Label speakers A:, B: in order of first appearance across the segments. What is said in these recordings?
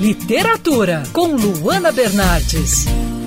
A: Literatura, com Luana Bernardes.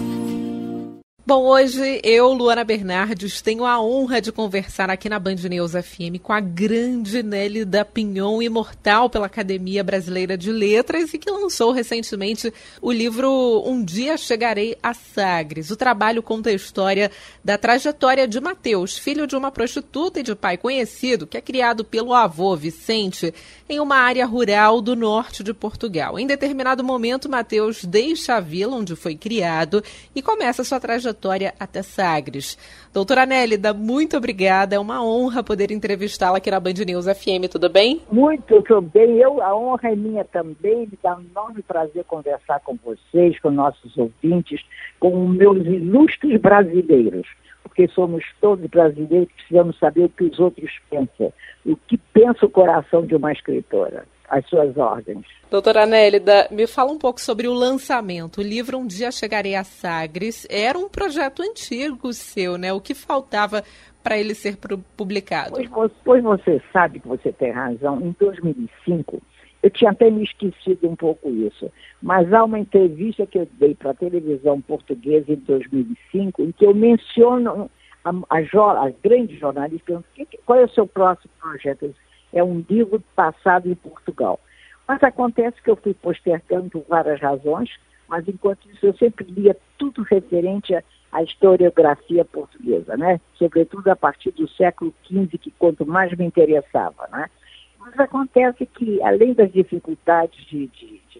A: Bom, hoje eu, Luana Bernardes, tenho a honra de conversar aqui na Band News FM com a grande Nélida Pinhon, imortal pela Academia Brasileira de Letras e que lançou recentemente o livro Um Dia Chegarei a Sagres. O trabalho conta a história da trajetória de Mateus, filho de uma prostituta e de pai conhecido, que é criado pelo avô Vicente em uma área rural do norte de Portugal. Em determinado momento, Mateus deixa a vila onde foi criado e começa sua trajetória até Sagres. Doutora Nélida, muito obrigada. É uma honra poder entrevistá-la aqui na Band News FM. Tudo bem?
B: Muito bem. A honra é minha também. Me dá um enorme prazer conversar com vocês, com nossos ouvintes, com meus ilustres brasileiros. Porque somos todos brasileiros, precisamos saber o que os outros pensam. O que pensa o coração de uma escritora. Às suas ordens.
A: Doutora Nélida, me fala um pouco sobre o lançamento. O livro Um Dia Chegarei a Sagres era um projeto antigo seu, né? O que faltava para ele ser publicado?
B: Pois você sabe que você tem razão. Em 2005, eu tinha até me esquecido um pouco isso, mas há uma entrevista que eu dei para a televisão portuguesa em 2005, em que eu menciono a grande jornalista, qual é o seu próximo projeto? É um livro passado em Portugal. Mas acontece que eu fui postergando por várias razões, mas enquanto isso eu sempre lia tudo referente à historiografia portuguesa, né? Sobretudo a partir do século XV, que quanto mais me interessava, né? Mas acontece que, além das dificuldades de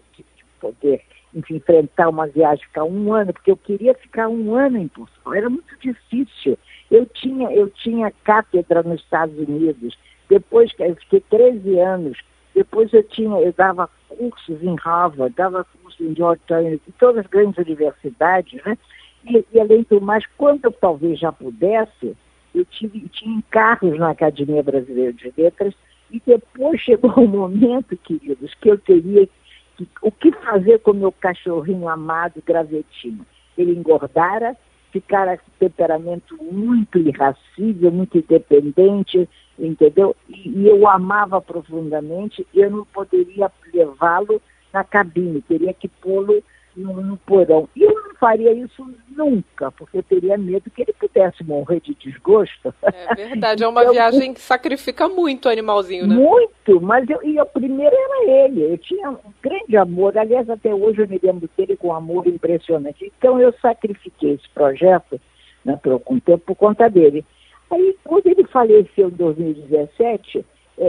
B: poder, enfim, enfrentar uma viagem, ficar um ano, porque eu queria ficar um ano em Portugal, era muito difícil. Eu tinha cátedra nos Estados Unidos. Depois que eu fiquei 13 anos, depois eu dava cursos em Harvard, dava cursos em Georgetown, em todas as grandes universidades, né? E além do mais, quando eu talvez já pudesse, eu tinha encargos na Academia Brasileira de Letras, e depois chegou um momento, queridos, que eu teria o que fazer com o meu cachorrinho amado, Gravetinho. Ele engordara, ficara com temperamento muito irracível, muito independente, entendeu? E eu o amava profundamente, eu não poderia levá-lo na cabine, teria que pô-lo no porão. E eu não faria isso nunca, porque eu teria medo que ele pudesse morrer de desgosto.
A: É verdade, é uma viagem que sacrifica muito o animalzinho, né?
B: Muito, mas o primeiro era ele. Eu tinha um grande amor, aliás, até hoje eu me lembro dele com um amor impressionante. Então eu sacrifiquei esse projeto, né, por algum tempo, por conta dele. Aí, quando ele faleceu em 2017,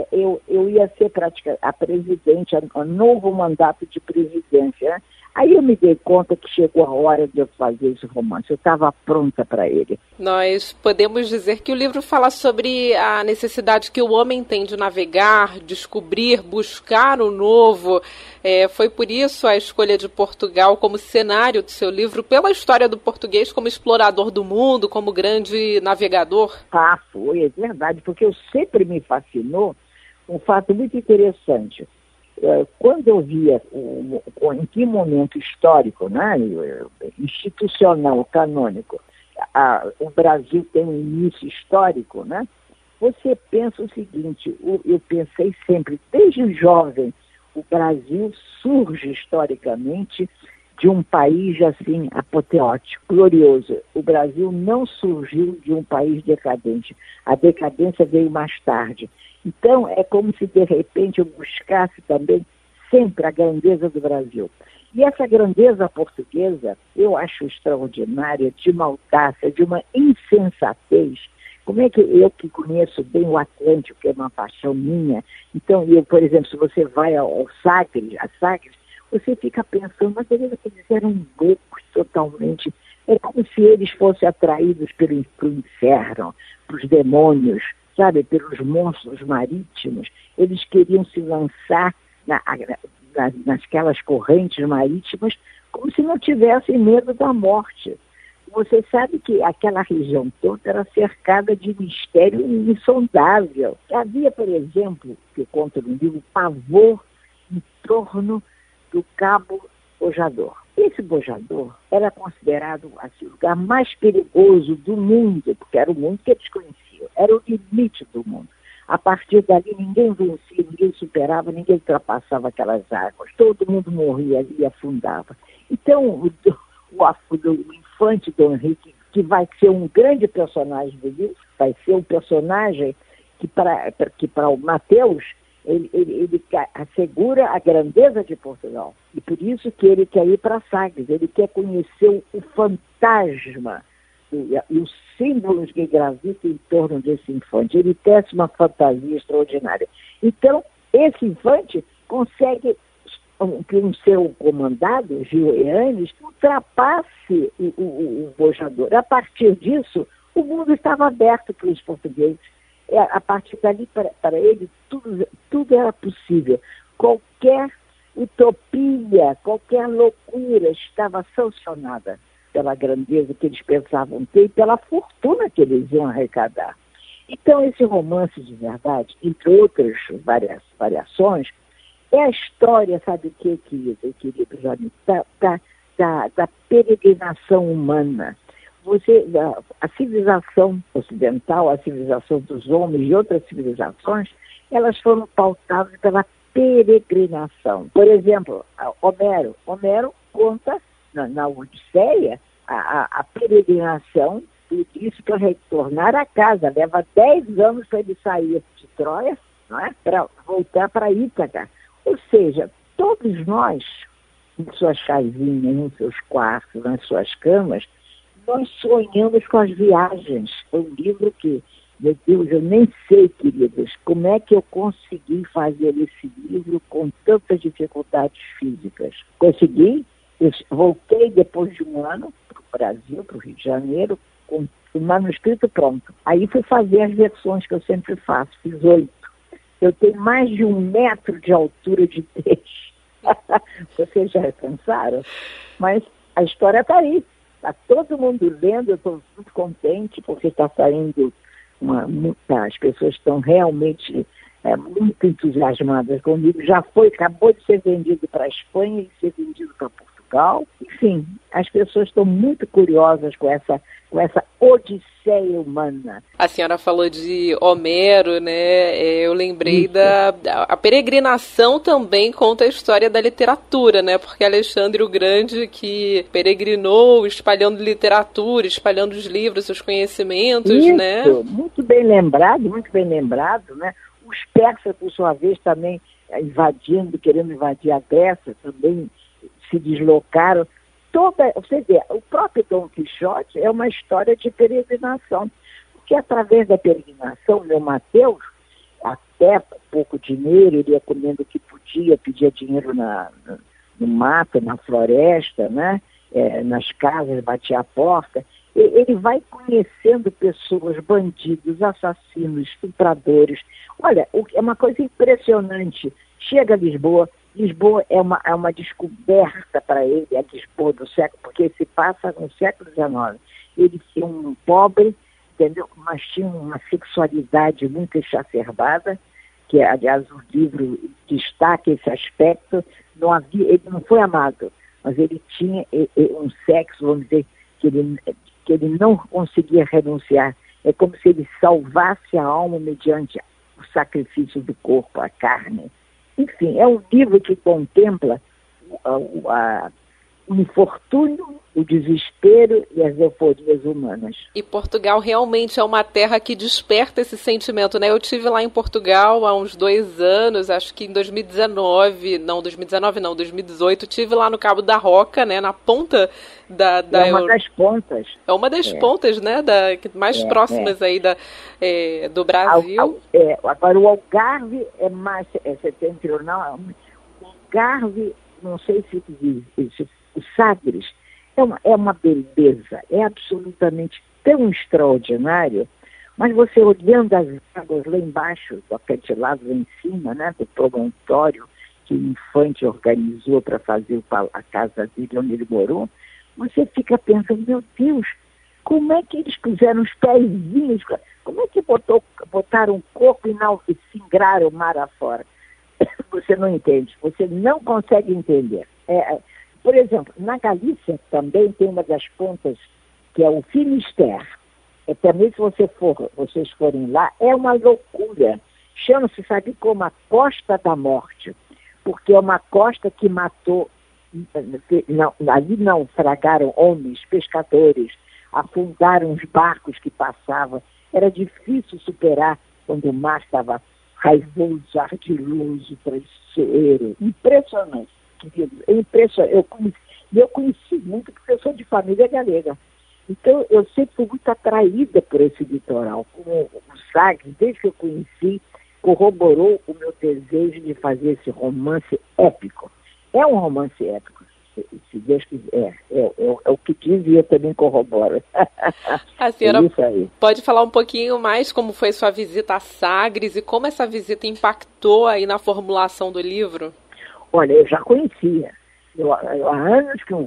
B: eu ia ser a presidente, a novo mandato de presidência, né? Aí eu me dei conta que chegou a hora de eu fazer esse romance. Eu estava pronta para ele.
A: Nós podemos dizer que o livro fala sobre a necessidade que o homem tem de navegar, descobrir, buscar o novo. Foi por isso a escolha de Portugal como cenário do seu livro, pela história do português como explorador do mundo, como grande navegador?
B: Foi, é verdade, porque eu sempre me fascinou um fato muito interessante. Quando eu via em que momento histórico, né, institucional, canônico, o Brasil tem um início histórico, né, você pensa o seguinte, eu pensei sempre, desde jovem, o Brasil surge historicamente de um país assim apoteótico, glorioso. O Brasil não surgiu de um país decadente. A decadência veio mais tarde. Então, é como se, de repente, eu buscasse também sempre a grandeza do Brasil. E essa grandeza portuguesa, eu acho extraordinária, de uma audácia, de uma insensatez. Como é que eu, que conheço bem o Atlântico, que é uma paixão minha, então, por exemplo, se você vai a Sagres, você fica pensando, mas eles eram loucos totalmente. É como se eles fossem atraídos pelo inferno, pelos demônios, sabe, pelos monstros marítimos. Eles queriam se lançar nasquelas correntes marítimas como se não tivessem medo da morte. Você sabe que aquela região toda era cercada de mistério insondável. Havia, por exemplo, que conta no livro, pavor em torno do Cabo Bojador. Esse Bojador era considerado assim, o lugar mais perigoso do mundo, porque era o mundo que eles conheciam, era o limite do mundo. A partir dali, ninguém vencia, ninguém superava, ninguém ultrapassava aquelas águas. Todo mundo morria ali e afundava. Então, o infante Dom Henrique, que vai ser um grande personagem do livro, vai ser um personagem que para o Mateus, ele assegura a grandeza de Portugal. E por isso que ele quer ir para Sagres, ele quer conhecer o fantasma e os símbolos que gravitam em torno desse infante. Ele tece uma fantasia extraordinária. Então, esse infante consegue que um seu comandado, Gil Eanes, ultrapasse o bojador. A partir disso, o mundo estava aberto para os portugueses. A partir dali, para ele, tudo era possível. Qualquer utopia, qualquer loucura estava sancionada pela grandeza que eles pensavam ter e pela fortuna que eles iam arrecadar. Então, esse romance de verdade, entre outras variações, é a história, sabe o que, querido Johnny? Da peregrinação humana. A civilização ocidental, a civilização dos homens e outras civilizações, elas foram pautadas pela peregrinação. Por exemplo, Homero conta na Odisseia a peregrinação do Odisseus para retornar a casa. Leva 10 anos para ele sair de Troia, não é? Para voltar para Ítaca. Ou seja, todos nós, em suas casinhas, nos seus quartos, nas suas camas, nós sonhamos com as viagens. Foi um livro que, meu Deus, eu nem sei, queridas, como é que eu consegui fazer esse livro com tantas dificuldades físicas. Consegui, eu voltei depois de um ano para o Brasil, para o Rio de Janeiro, com o manuscrito pronto. Aí fui fazer as versões que eu sempre faço, fiz 8. Eu tenho mais de 1 metro de altura de texto. Vocês já pensaram? Mas a história está aí. Está todo mundo lendo, eu estou muito contente, porque está saindo as pessoas estão realmente muito entusiasmadas comigo. Acabou de ser vendido para a Espanha e ser vendido para Portugal. Enfim, as pessoas estão muito curiosas com essa odisseia humana.
A: A senhora falou de Homero, né? Eu lembrei a peregrinação também conta a história da literatura, né? Porque Alexandre o Grande, que peregrinou espalhando literatura, espalhando os livros, os conhecimentos,
B: isso,
A: né?
B: Muito bem lembrado, né? Os persas, por sua vez, também querendo invadir a Grécia, também se deslocaram. Você vê, o próprio Dom Quixote é uma história de peregrinação, porque através da peregrinação, meu Mateus, até pouco dinheiro, ele ia comendo o que podia, pedia dinheiro no mato, na floresta, né? Nas casas, batia a porta. Ele vai conhecendo pessoas, bandidos, assassinos, estupradores. Olha, é uma coisa impressionante. Chega a Lisboa é uma descoberta para ele, a Lisboa do século, porque se passa no século XIX. Ele tinha um pobre, entendeu? Mas tinha uma sexualidade muito exacerbada, que, aliás, o livro destaca esse aspecto. Ele não foi amado, mas ele tinha um sexo, vamos dizer, que ele não conseguia renunciar. É como se ele salvasse a alma mediante o sacrifício do corpo, a carne. Enfim, é um livro que contempla o infortúnio, o desespero e as euforias humanas.
A: E Portugal realmente é uma terra que desperta esse sentimento, né? Eu estive lá em Portugal há uns 2 anos, acho que em 2018, estive lá no Cabo da Roca, né? Na ponta
B: é uma das pontas.
A: É uma das pontas, né? Mais próximas aí do Brasil.
B: Agora, o Algarve é mais setentrional. O Algarve, não sei se diz, o Sagres, é uma beleza, é absolutamente tão extraordinário, mas você olhando as águas lá embaixo, do acantilado lá em cima, né, do promontório que o infante organizou para fazer a casa dele onde ele morou, você fica pensando, meu Deus, como é que eles puseram os pezinhos, como é que botaram um coco e singraram o mar afora? Você não entende, você não consegue entender. Por exemplo, na Galícia também tem uma das pontas, que é o Finisterre. Também se vocês forem lá, é uma loucura. chama-se, sabe como, a Costa da Morte, porque é uma costa que matou, não, ali naufragaram homens, pescadores, afundaram os barcos que passavam, era difícil superar quando o mar estava raivoso, ardiloso, traiçoeiro, impressionante, querido, é impressionante. Eu conheci muito porque eu sou de família galega. Então, eu sempre fui muito atraída por esse litoral. O Sagres, desde que eu conheci, corroborou o meu desejo de fazer esse romance épico. É um romance épico, se Deus quiser. É o que diz e eu também corroboro.
A: A senhora
B: é isso aí.
A: Pode falar um pouquinho mais como foi sua visita a Sagres e como essa visita impactou aí na formulação do livro?
B: Olha, eu já conhecia. Há anos que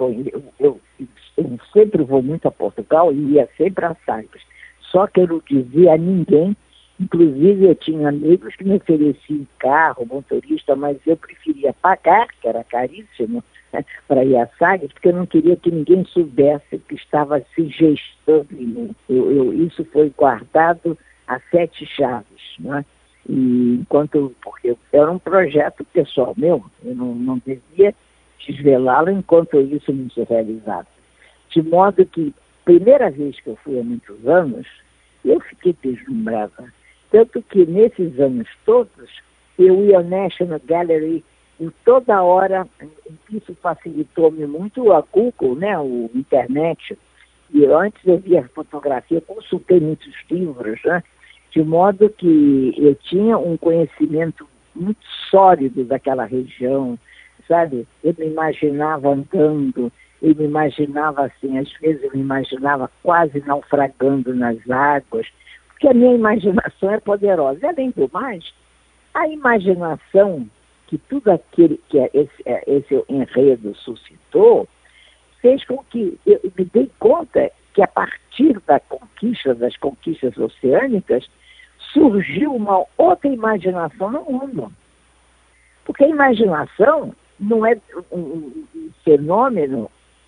B: eu sempre vou muito a Portugal e ia sempre a Sagres. Só que eu não dizia a ninguém. Inclusive, eu tinha amigos que me ofereciam carro, motorista, mas eu preferia pagar, que era caríssimo, para ir a Sagres, porque eu não queria que ninguém soubesse que estava se gestando em mim. Isso foi guardado a 7 chaves, né? E porque era um projeto pessoal meu, eu não devia desvelá-lo enquanto isso não se realizasse. De modo que, primeira vez que eu fui há muitos anos, eu fiquei deslumbrada. Tanto que, nesses anos todos, eu ia ao National Gallery e toda hora, isso facilitou-me muito a Google, né, o internet, e antes eu via fotografia, consultei muitos livros, né, de modo que eu tinha um conhecimento muito sólido daquela região, sabe? Eu me imaginava andando, eu me imaginava assim, às vezes eu me imaginava quase naufragando nas águas, porque a minha imaginação é poderosa. E, além do mais, a imaginação que tudo aquele que esse enredo suscitou fez com que eu me dei conta que a partir das conquistas oceânicas, surgiu uma outra imaginação no mundo. Porque a imaginação não é um fenômeno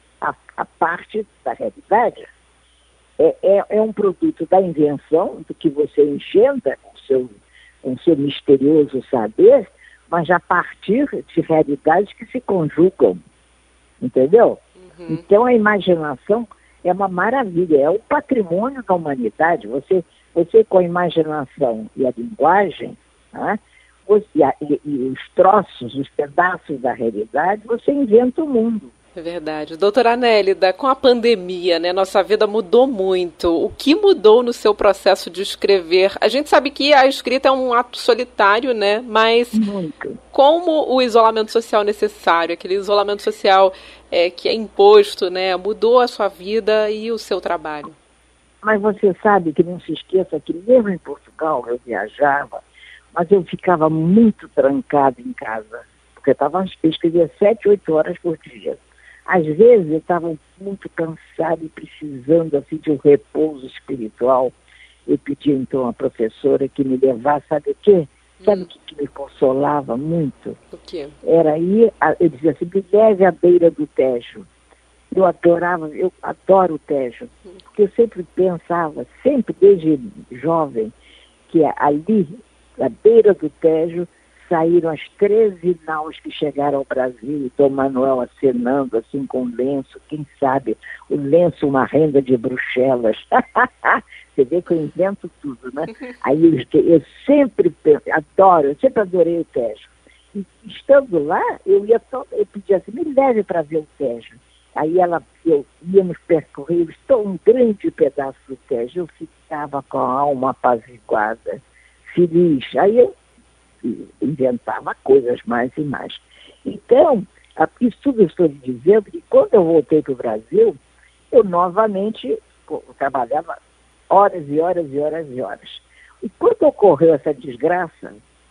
B: à parte da realidade. É um produto da invenção, do que você enxerga com o seu misterioso saber, mas a partir de realidades que se conjugam. Entendeu? Uhum. Então a imaginação é uma maravilha, é o patrimônio da humanidade. Você com a imaginação e a linguagem, né, e os troços, os pedaços da realidade, você inventa o mundo.
A: É verdade. Doutora Anélida, com a pandemia, né, nossa vida mudou muito. O que mudou no seu processo de escrever? A gente sabe que a escrita é um ato solitário, né? Mas
B: muito.
A: Como o isolamento social necessário, aquele isolamento social que é imposto, né, mudou a sua vida e o seu trabalho?
B: Mas você sabe que não se esqueça que mesmo em Portugal eu viajava, mas eu ficava muito trancado em casa, porque eu escrevia 7, 8 horas por dia. Às vezes eu estava muito cansado e precisando assim, de um repouso espiritual. Eu pedi então à professora que me levasse, sabe o quê? Sabe o que me consolava muito?
A: O quê?
B: Era ir, eu dizia assim, me leve à beira do Tejo. Eu adoro o Tejo, porque eu sempre pensava, sempre desde jovem, que ali, à beira do Tejo, saíram as 13 naus que chegaram ao Brasil, e Dom Manuel acenando assim com lenço, quem sabe, o lenço uma renda de Bruxelas. Você vê que eu invento tudo, né? Aí eu sempre adoro, eu sempre adorei o Tejo. E estando lá, eu pedia assim, me leve para ver o Tejo. Aí íamos percorrer um grande pedaço do Tejo, eu ficava com a alma apaziguada, feliz. Aí eu inventava coisas mais e mais. Então, isso tudo eu estou lhe dizendo que quando eu voltei para o Brasil, eu novamente trabalhava horas e horas e horas e horas. E quando ocorreu essa desgraça,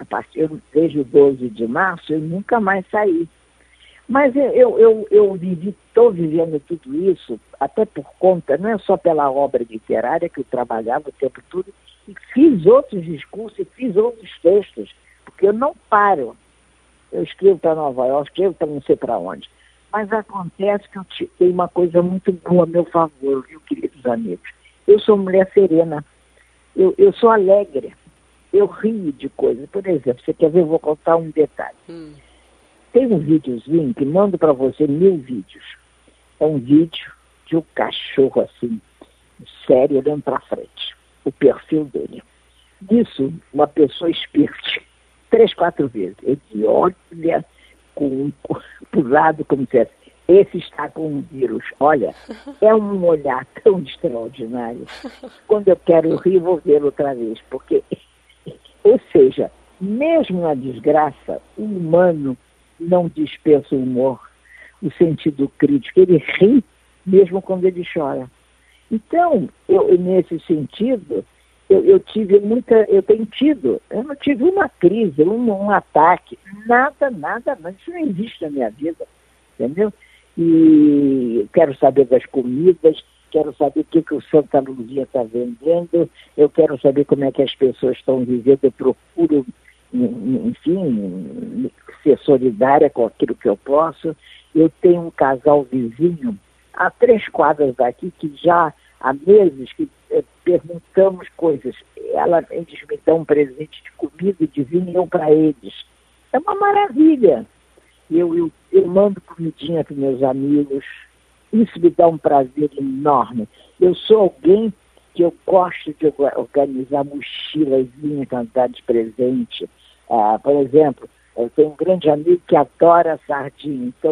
B: desde o 12 de março, eu nunca mais saí. Mas eu estou vivendo tudo isso, até por conta, não é só pela obra literária que eu trabalhava o tempo todo, e fiz outros discursos, e fiz outros textos, porque eu não paro. Eu escrevo para Nova York, escrevo para não sei para onde. Mas acontece que eu tenho uma coisa muito boa a meu favor, viu, queridos amigos? Eu sou mulher serena, eu sou alegre. eu rio de coisas. Por exemplo, você quer ver, eu vou contar um detalhe. Tem um videozinho que mando para você 1000 vídeos. É um vídeo de um cachorro assim, sério, olhando para frente. O perfil dele. Disso, uma pessoa espírita 3, 4 vezes. Ele olha pro lado como se dissesse, esse está com um vírus. Olha, é um olhar tão extraordinário. Quando eu quero rir, vou vê-lo outra vez. Porque, ou seja, mesmo na desgraça, o humano não dispensa o humor, o sentido crítico. Ele ri mesmo quando ele chora. Então, nesse sentido, eu não tive uma crise, um ataque, nada, isso não existe na minha vida, entendeu? E quero saber das comidas, quero saber o que o Santa Luzia está vendendo, eu quero saber como é que as pessoas estão vivendo, eu procuro, enfim, ser solidária com aquilo que eu posso. Eu tenho um casal vizinho a 3 quadras daqui que já há meses que perguntamos coisas. Eles me dão um presente de comida e de vinho para eles. É uma maravilha. Eu mando comidinha para meus amigos. Isso me dá um prazer enorme. Eu sou alguém que eu gosto de organizar mochilazinha, cantar de presente. Por exemplo, eu tenho um grande amigo que adora sardinha, então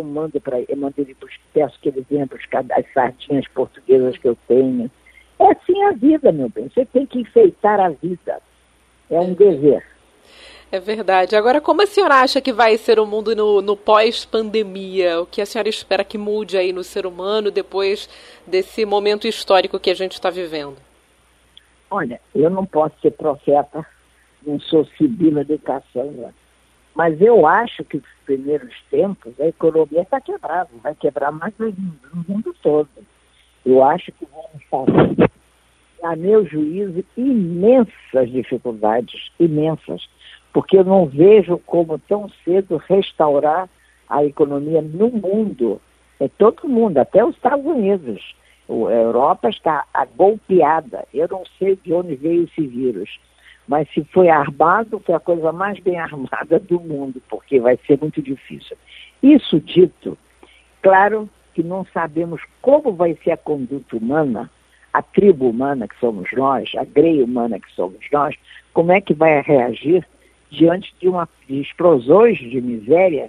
B: peço que ele venha buscar as sardinhas portuguesas que eu tenho. É assim a vida, meu bem. Você tem que enfeitar a vida. É um dever.
A: É verdade. Agora, como a senhora acha que vai ser o mundo no pós-pandemia? O que a senhora espera que mude aí no ser humano depois desse momento histórico que a gente está vivendo?
B: Olha, eu não posso ser profeta, não sou sibila de Cassandra, mas eu acho que nos primeiros tempos a economia está quebrada, vai quebrar mais no mundo todo. Eu acho que vamos fazer, a meu juízo, imensas dificuldades, imensas, porque eu não vejo como tão cedo restaurar a economia no mundo. É todo mundo, até os Estados Unidos. A Europa está agolpeada. Eu não sei de onde veio esse vírus, mas se foi armado, foi a coisa mais bem armada do mundo, porque vai ser muito difícil. Isso dito, claro que não sabemos como vai ser a conduta humana, a tribo humana que somos nós, a greia humana que somos nós, como é que vai reagir diante de explosões de miséria.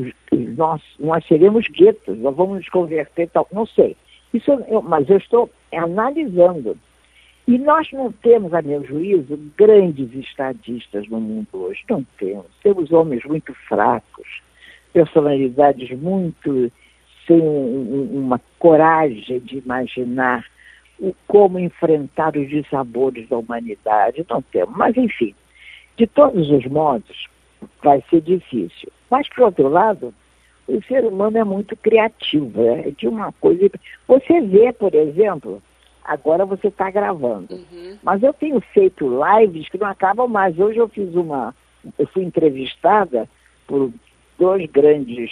B: Nós seremos guetos, nós vamos nos converter, tal, não sei. Mas eu estou analisando. E nós não temos, a meu juízo, grandes estadistas no mundo hoje. Não temos. Temos homens muito fracos, personalidades muito sem uma coragem de imaginar como enfrentar os dissabores da humanidade. Não temos. Mas, enfim, de todos os modos, vai ser difícil. Mas, por outro lado, o ser humano é muito criativo. É de uma coisa... Você vê, por exemplo, agora você está gravando. Mas eu tenho feito lives que não acabam mais. Hoje eu fui entrevistada por 2 grandes,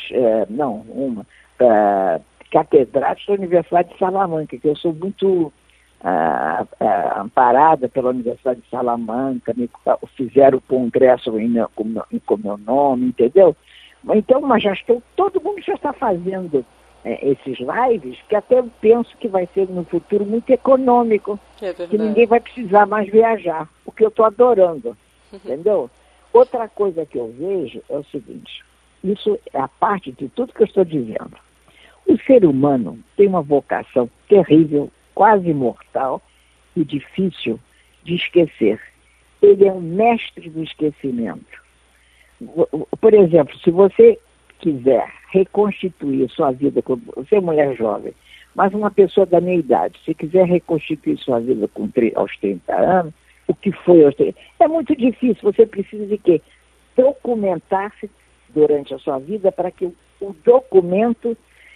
B: catedráticos da Universidade de Salamanca, que eu sou muito amparada pela Universidade de Salamanca, fizeram o congresso com meu nome, entendeu? Então, mas todo mundo já está fazendo esses lives, que até eu penso que vai ser no futuro muito econômico, que ninguém vai precisar mais viajar, o que eu estou adorando, entendeu? Outra coisa que eu vejo é o seguinte, isso é a parte de tudo que eu estou dizendo. O ser humano tem uma vocação terrível, quase mortal e difícil de esquecer. Ele é um mestre do esquecimento. Por exemplo, se você quiser reconstituir sua vida, você é mulher jovem, mas uma pessoa da minha idade, se quiser reconstituir sua vida aos 30 anos, o que foi aos 30 é muito difícil. Você precisa de quê? Documentar-se durante a sua vida para que o documento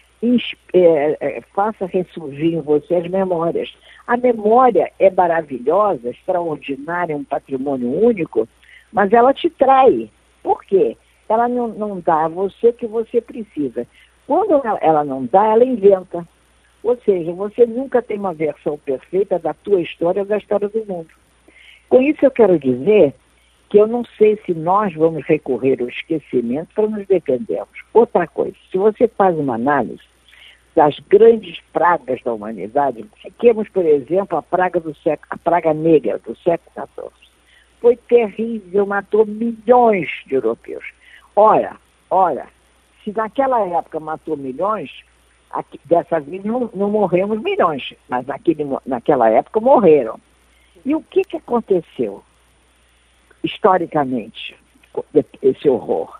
B: faça ressurgir em você as memórias. A memória é maravilhosa, extraordinária, um patrimônio único, mas ela te trai. Por quê? Ela não dá a você o que você precisa. Quando ela não dá, ela inventa. Ou seja, você nunca tem uma versão perfeita da tua história ou da história do mundo. Com isso eu quero dizer que eu não sei se nós vamos recorrer ao esquecimento para nos defendermos. Outra coisa, se você faz uma análise das grandes pragas da humanidade, fiquemos, por exemplo, a praga negra do século XIV. Foi terrível, matou milhões de europeus. Ora, se naquela época matou milhões, dessa vez não morremos milhões, mas naquela época morreram. E o que aconteceu historicamente, esse horror?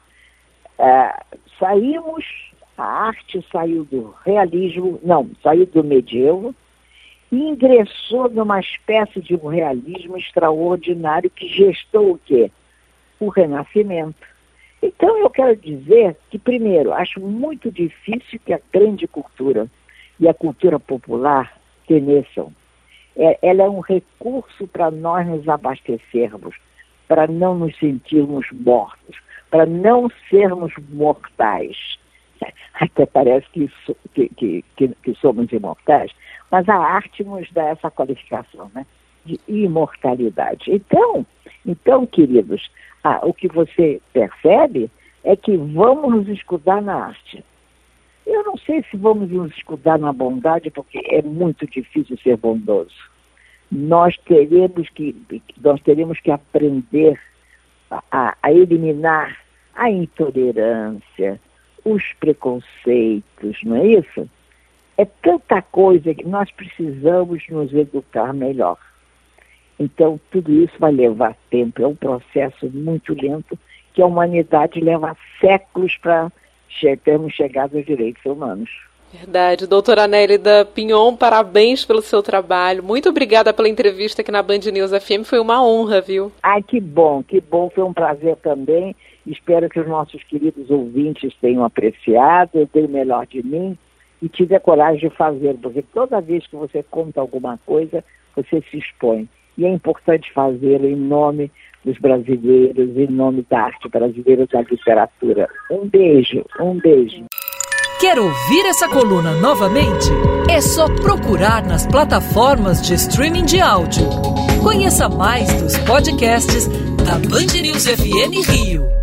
B: A arte saiu do realismo, saiu do medievo e ingressou numa espécie de um realismo extraordinário que gestou o quê? O Renascimento. Então eu quero dizer que, primeiro, acho muito difícil que a grande cultura e a cultura popular feneçam. Ela é um recurso para nós nos abastecermos, para não nos sentirmos mortos, para não sermos mortais. Até parece que somos imortais, mas a arte nos dá essa qualificação, né, de imortalidade. Então, queridos, o que você percebe é que vamos nos escudar na arte. Eu não sei se vamos nos escudar na bondade, porque é muito difícil ser bondoso. Nós teremos que aprender a eliminar a intolerância, os preconceitos, não é isso? É tanta coisa que nós precisamos nos educar melhor. Então, tudo isso vai levar tempo, é um processo muito lento, que a humanidade leva séculos para termos chegado aos direitos humanos.
A: Verdade. Doutora Nélida Pinhon, parabéns pelo seu trabalho. Muito obrigada pela entrevista aqui na Band News FM, foi uma honra, viu?
B: Ai, que bom, foi um prazer também. Espero que os nossos queridos ouvintes tenham apreciado, eu dei o melhor de mim e tive a coragem de fazer, porque toda vez que você conta alguma coisa, você se expõe. E é importante fazê-lo em nome dos brasileiros, em nome da arte brasileira, da literatura. Um beijo.
C: Quer ouvir essa coluna novamente? É só procurar nas plataformas de streaming de áudio. Conheça mais dos podcasts da Band News FM Rio.